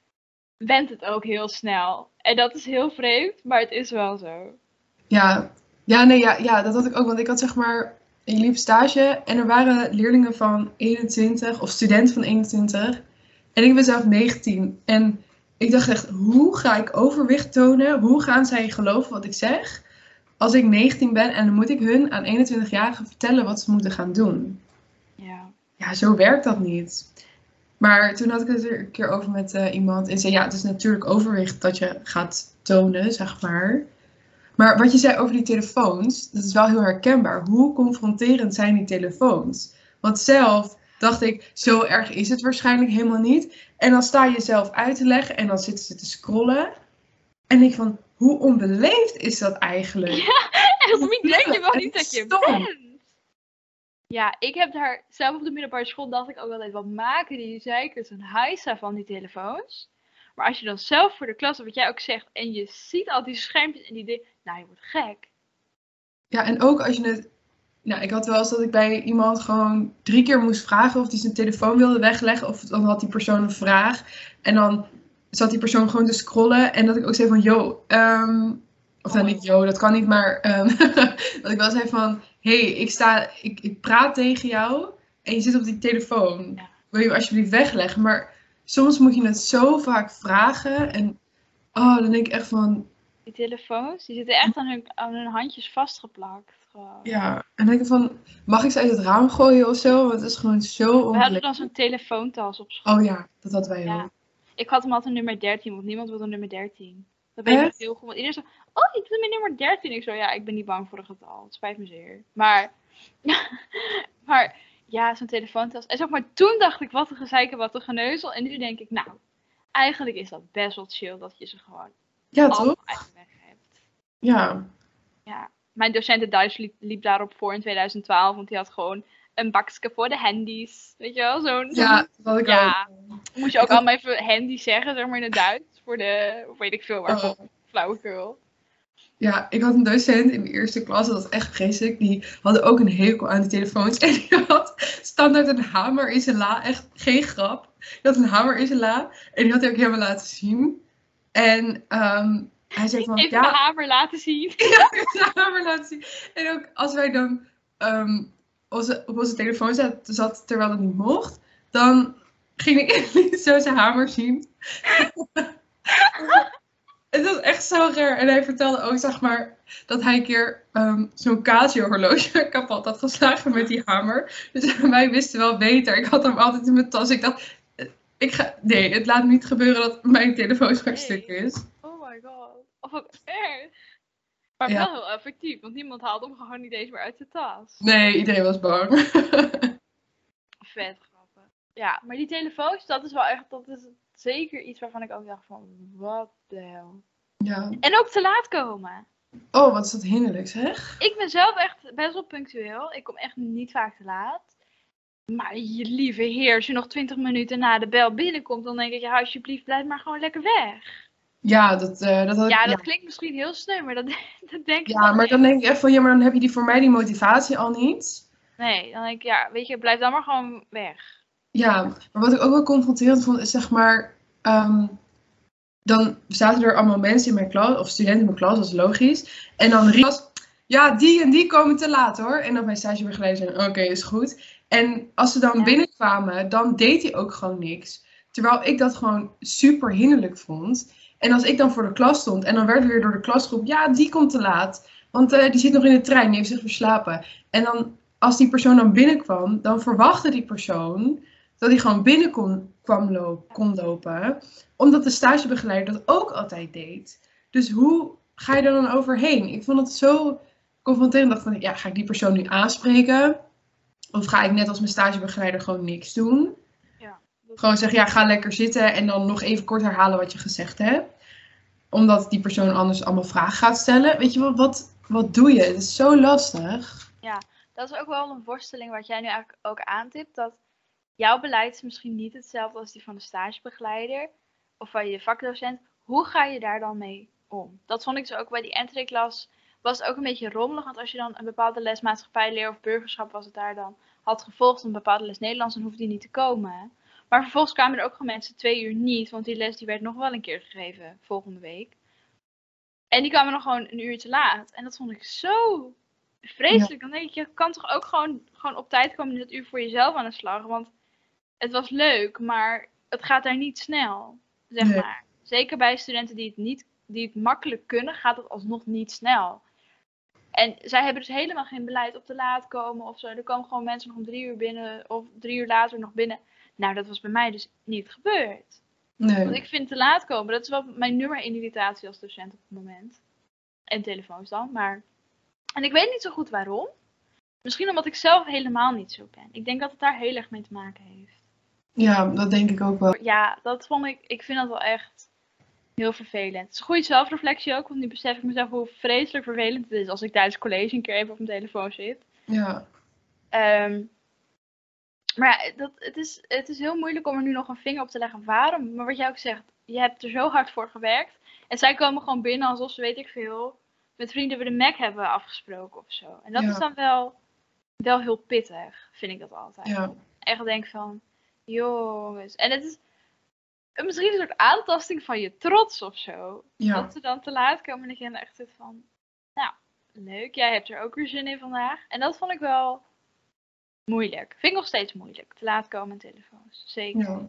went het ook heel snel. En dat is heel vreemd, maar het is wel zo. Ja, ja, nee, ja, ja, dat had ik ook. Want ik had zeg maar, ik liep stage en er waren leerlingen van eenentwintig of studenten van eenentwintig. En ik ben zelf negentien. En ik dacht echt, hoe ga ik overwicht tonen? Hoe gaan zij geloven wat ik zeg? Als ik negentien ben en dan moet ik hun aan eenentwintigjarigen vertellen wat ze moeten gaan doen. Ja. Ja, zo werkt dat niet. Maar toen had ik het er een keer over met uh, iemand. En zei, ja, het is natuurlijk overwicht dat je gaat tonen, zeg maar. Maar wat je zei over die telefoons, dat is wel heel herkenbaar. Hoe confronterend zijn die telefoons? Want zelf dacht ik, zo erg is het waarschijnlijk helemaal niet. En dan sta je zelf uit te leggen en dan zitten ze te scrollen. En ik van, hoe onbeleefd is dat eigenlijk? Ja, en wie denk je wel niet dat je stom. bent? Ja, ik heb daar, zelf op de middelbare school dacht ik ook altijd, wat maken die zeikers een heisa van die telefoons? Maar als je dan zelf voor de klas, wat jij ook zegt, en je ziet al die schermpjes en die dingen, nou, je wordt gek. Ja, en ook als je het... Nou, ik had wel eens dat ik bij iemand gewoon drie keer moest vragen of hij zijn telefoon wilde wegleggen. Of dan had die persoon een vraag. En dan zat die persoon gewoon te scrollen. En dat ik ook zei van, yo, um, of dan niet, yo, dat kan niet, maar um, dat ik wel zei van, hé, hey, ik sta, ik, ik praat tegen jou en je zit op die telefoon. Ja. Wil je hem alsjeblieft wegleggen? Maar soms moet je het zo vaak vragen en, oh, dan denk ik echt van... Die telefoons, die zitten echt aan hun, aan hun handjes vastgeplakt. Gewoon. Ja, en dan denk ik van, mag ik ze uit het raam gooien of zo? Want het is gewoon zo onbeleefd. We hadden dan zo'n telefoontas op school. Oh ja, dat hadden wij Ja. ook. Ik had hem altijd nummer dertien, want niemand wilde nummer dertien. Dat weet ik Echt? heel goed. Want iedereen zo, oh, ik wil mijn nummer dertien. Ik zo, ja, ik ben niet bang voor een getal. Het spijt me zeer. Maar, maar ja, zo'n telefoontas. En zeg maar, toen dacht ik, wat een gezeik en wat een geneuzel. En nu denk ik, nou, eigenlijk is dat best wel chill dat je ze gewoon Ja, allemaal toch? uit weg hebt. Ja. Ja. Mijn docent Duits liep, liep daarop voor in twintig twaalf, want die had gewoon een bakje voor de handies. Weet je wel, zo'n... Ja, dat had ik Ja. ook. Moest je ook allemaal even handy zeggen, zeg maar in het Duits. Voor de, of weet ik veel waarvoor. Oh. Flauwekul. Ja, ik had een docent in mijn eerste klas, dat was echt vreselijk. Die hadden ook een hekel aan die telefoons. En die had standaard een hamer in zijn la. Echt geen grap. Die had een hamer in zijn la. En die had hij ook helemaal laten zien. En um, hij zei van, Even ja... de hamer laten zien. Ja, de hamer laten zien. En ook als wij dan um, onze, op onze telefoon zat, zat terwijl dat niet mocht, dan ging ik zo zijn hamer zien. Het was echt zo raar. En hij vertelde ook, zeg maar, dat hij een keer um, zo'n Casio-horloge kapot had geslagen met die hamer. Dus wij wisten wel beter. Ik had hem altijd in mijn tas. Ik dacht, ik ga, nee, het laat niet gebeuren dat mijn telefoon straks Nee. stuk is. Oh my god. Of ook erg. Maar Ja. wel heel effectief, want niemand haalde hem gewoon niet eens meer uit de tas. Nee, iedereen was bang. Vet grappig. Ja, maar die telefoons, dat is wel echt, dat is zeker iets waarvan ik ook dacht van, wat de hel. Ja. En ook te laat komen. Oh, wat is dat hinderlijk zeg. Ik ben zelf echt best wel punctueel. Ik kom echt niet vaak te laat. Maar je lieve heer, als je nog twintig minuten na de bel binnenkomt, dan denk ik, ja, alsjeblieft, blijf maar gewoon lekker weg. Ja, dat, uh, dat had Ja, ik... dat Ja. klinkt misschien heel sneu, maar dat, dat denk ik Ja, dan maar echt. dan denk ik echt van, ja, maar dan heb je die voor mij die motivatie al niet. Nee, dan denk ik, ja, weet je, blijf dan maar gewoon weg. Ja, maar wat ik ook wel confronterend vond, is zeg maar, um, dan zaten er allemaal mensen in mijn klas, of studenten in mijn klas, dat is logisch. En dan riep ik, ja, die en die komen te laat hoor. En dan mijn stagebegeleider zei, oké, okay, is goed. En als ze dan Ja. binnenkwamen, dan deed hij ook gewoon niks. Terwijl ik dat gewoon super hinderlijk vond. En als ik dan voor de klas stond en dan werd weer door de klasgroep, ja, die komt te laat. Want uh, die zit nog in de trein, die heeft zich verslapen. En dan, als die persoon dan binnenkwam, dan verwachtte die persoon dat hij gewoon binnen kon, kwam loop, kon lopen. Omdat de stagebegeleider dat ook altijd deed. Dus hoe ga je er dan overheen? Ik vond het zo confronterend. Ik dacht van, ja, ga ik die persoon nu aanspreken? Of ga ik net als mijn stagebegeleider gewoon niks doen? Ja, dat... Gewoon zeggen, ja, ga lekker zitten en dan nog even kort herhalen wat je gezegd hebt. Omdat die persoon anders allemaal vragen gaat stellen. Weet je wat, wat, wat doe je? Het is zo lastig. Ja, dat is ook wel een worsteling wat jij nu eigenlijk ook aantipt. Dat jouw beleid is misschien niet hetzelfde als die van de stagebegeleider of van je vakdocent. Hoe ga je daar dan mee om? Dat vond ik dus ook bij die entree-klas. Was het ook een beetje rommelig, want als je dan een bepaalde les maatschappijleer of burgerschap was het daar dan had gevolgd, een bepaalde les Nederlands, dan hoefde die niet te komen. Maar vervolgens kwamen er ook gewoon mensen twee uur niet, want die les die werd nog wel een keer gegeven volgende week. En die kwamen nog gewoon een uur te laat. En dat vond ik zo vreselijk. Ja. Dan denk ik, je kan toch ook gewoon, gewoon op tijd komen in dat uur voor jezelf aan de slag. Want het was leuk, maar het gaat daar niet snel, zeg Nee. maar. Zeker bij studenten die het, niet, die het makkelijk kunnen, gaat het alsnog niet snel. En zij hebben dus helemaal geen beleid op te laat komen of zo. Er komen gewoon mensen nog om drie uur binnen of drie uur later nog binnen. Nou, dat was bij mij dus niet gebeurd. Nee. Want ik vind te laat komen, dat is wel mijn nummer één irritatie als docent op het moment. En telefoons dan, maar... En ik weet niet zo goed waarom. Misschien omdat ik zelf helemaal niet zo ben. Ik denk dat het daar heel erg mee te maken heeft. Ja, dat denk ik ook wel. Ja, dat vond ik... Ik vind dat wel echt heel vervelend. Het is een goede zelfreflectie ook, want nu besef ik mezelf hoe vreselijk vervelend het is als ik tijdens college een keer even op mijn telefoon zit. Ja. Um, maar ja, dat, het, is, het is heel moeilijk om er nu nog een vinger op te leggen waarom. Maar wat jij ook zegt, je hebt er zo hard voor gewerkt. En zij komen gewoon binnen alsof ze, weet ik veel, met vrienden we de Mac hebben afgesproken of zo. En dat Ja. is dan wel, wel heel pittig, vind ik dat altijd. Ja. Echt denk van, jongens. En het is misschien een soort aantasting van je trots of zo. Ja. Dat ze dan te laat komen en dat je dan echt zit van, nou, leuk, jij hebt er ook weer zin in vandaag. En dat vond ik wel... moeilijk. Vind ik nog steeds moeilijk. Te laat komen en telefoons. Zeker. Ja.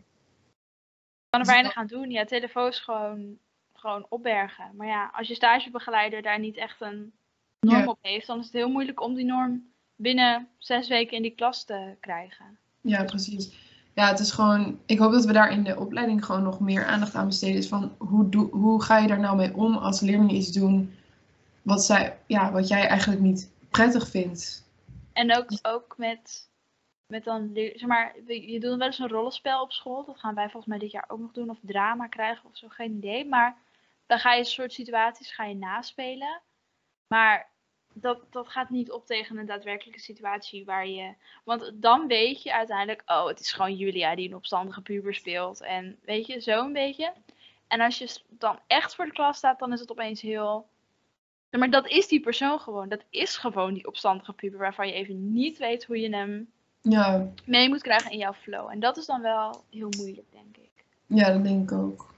Ik kan er weinig aan doen. Ja, telefoons gewoon, gewoon opbergen. Maar ja, als je stagebegeleider daar niet echt een norm Ja. op heeft, dan is het heel moeilijk om die norm binnen zes weken in die klas te krijgen. Ja, precies. Ja, het is gewoon... Ik hoop dat we daar in de opleiding gewoon nog meer aandacht aan besteden. Is van, hoe, doe, hoe ga je daar nou mee om als leerlingen iets doen wat, zij, ja, wat jij eigenlijk niet prettig vindt? En ook, ook met, met dan, zeg maar, je doet wel eens een rollenspel op school. Dat gaan wij volgens mij dit jaar ook nog doen. Of drama krijgen of zo, geen idee. Maar dan ga je een soort situaties ga je naspelen. Maar dat, dat gaat niet op tegen een daadwerkelijke situatie waar je... Want dan weet je uiteindelijk, oh, het is gewoon Julia die een opstandige puber speelt. En weet je, zo een beetje. En als je dan echt voor de klas staat, dan is het opeens heel... Maar dat is die persoon gewoon. Dat is gewoon die opstandige puber waarvan je even niet weet hoe je hem Ja. mee moet krijgen in jouw flow. En dat is dan wel heel moeilijk, denk ik. Ja, dat denk ik ook.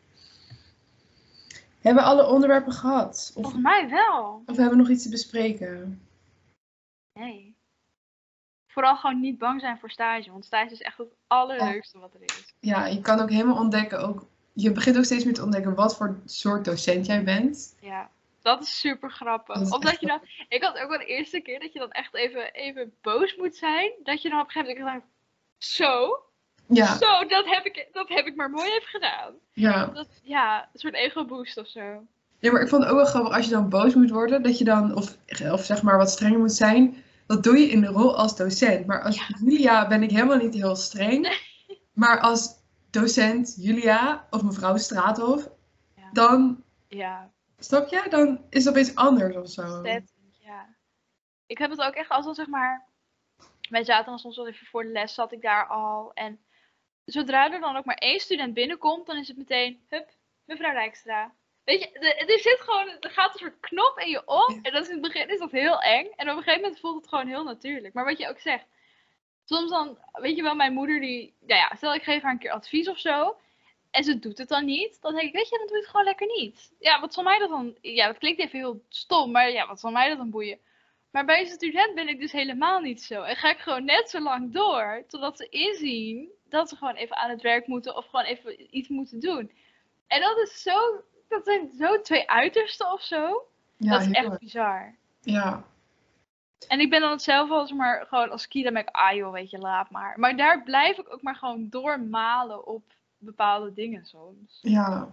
Hebben we alle onderwerpen gehad? Of, Volgens mij wel. of hebben we nog iets te bespreken? Nee. Vooral gewoon niet bang zijn voor stage. Want stage is echt het allerleukste wat er is. Ja, je kan ook helemaal ontdekken, ook, je begint ook steeds meer te ontdekken wat voor soort docent jij bent. Ja, dat is super grappig. Dat is Of dat echt je dan, ik had ook wel de eerste keer dat je dan echt even, even boos moet zijn. Dat je dan op een gegeven moment denkt, zo, Ja, zo, dat heb, ik, dat heb ik maar mooi even gedaan. ja. Dat, ja, een soort ego boost of zo. Ja, maar ik vond het ook wel grappig als je dan boos moet worden, dat je dan, of, of zeg maar wat strenger moet zijn. Dat doe je in de rol als docent. Maar als Ja. Julia ben ik helemaal niet heel streng. Maar als docent Julia of mevrouw Straathof, Ja. dan Ja, Snap je? Dan is het opeens anders of zo. Ontzettend, ja. Ik heb het ook echt als al zeg maar... Wij zaten dan soms wel even voor de les, zat ik daar al. En zodra er dan ook maar één student binnenkomt, dan is het meteen... Hup, mevrouw Rijkstra. Weet je, er, er zit gewoon... Er gaat een soort knop in je op. En dat is in het begin is dat heel eng. En op een gegeven moment voelt het gewoon heel natuurlijk. Maar wat je ook zegt... Soms dan, weet je wel, mijn moeder die... Nou ja, stel ik geef haar een keer advies of zo... En ze doet het dan niet. Dan denk ik, weet je, dan doe je het gewoon lekker niet. Ja, wat zal mij dat dan... Ja, dat klinkt even heel stom, maar ja, wat zal mij dat dan boeien? Maar bij een student ben ik dus helemaal niet zo. En ga ik gewoon net zo lang door, totdat ze inzien dat ze gewoon even aan het werk moeten of gewoon even iets moeten doen. En dat is zo... Dat zijn zo twee uitersten of zo. Ja, dat is heel echt erg. bizar. Ja. En ik ben dan hetzelfde als maar gewoon als Kira, dan ben ik, ah joh, weet je, laat maar. Maar daar blijf ik ook maar gewoon doormalen op bepaalde dingen soms. Ja.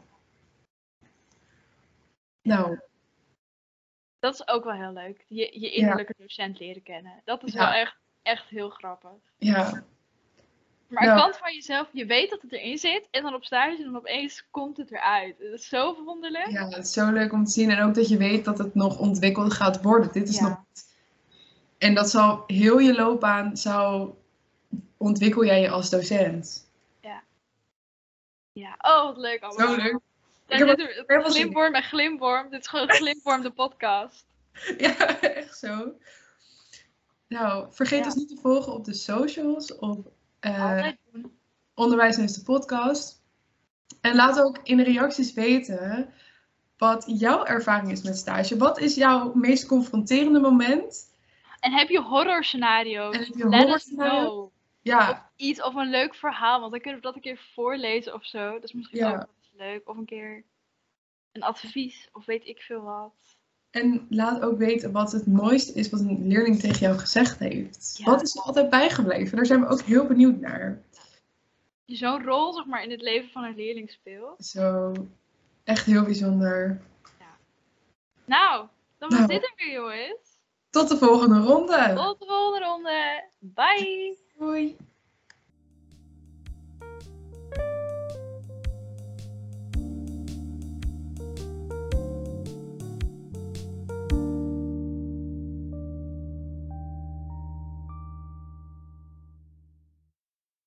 Nou, Dat is ook wel heel leuk. Je, je innerlijke docent leren kennen. Dat is Ja. wel echt, echt heel grappig. ja. Maar Nou. een kant van jezelf, je weet dat het erin zit. En dan op stage en dan opeens komt het eruit. Dat is zo verwonderlijk. Ja, het is zo leuk om te zien. En ook dat je weet dat het nog ontwikkeld gaat worden. Dit is Ja. nog... En dat zal heel je loopbaan, zou... ontwikkel jij je als docent. Ja, oh wat leuk allemaal. Zo leuk. Daar Ik heb zit er er heel veel zin in. glimworm en glimworm. Dit is gewoon een glimworm de podcast. Ja, echt zo. Nou, vergeet Ja. ons niet te volgen op de socials. Op eh, Altijd doen. Onderwijs Neus de podcast. En laat ook in de reacties weten wat jouw ervaring is met stage. Wat is jouw meest confronterende moment? En heb je horror scenario's? En heb je Let horror us scenario's? know. Ja, Iets of een leuk verhaal, want dan kunnen we dat een keer voorlezen of zo. Dat is misschien Ja. ook wel eens leuk. Of een keer een advies, of weet ik veel wat. en laat ook weten wat het mooiste is wat een leerling tegen jou gezegd heeft. Ja. Wat is er altijd bijgebleven? Daar zijn we ook heel benieuwd naar. Je zo'n rol zeg maar in het leven van een leerling speelt. Zo, echt heel bijzonder. Nou, dan was Nou. dit er weer jongens. Tot de volgende ronde. Tot de volgende ronde. Bye! Doei.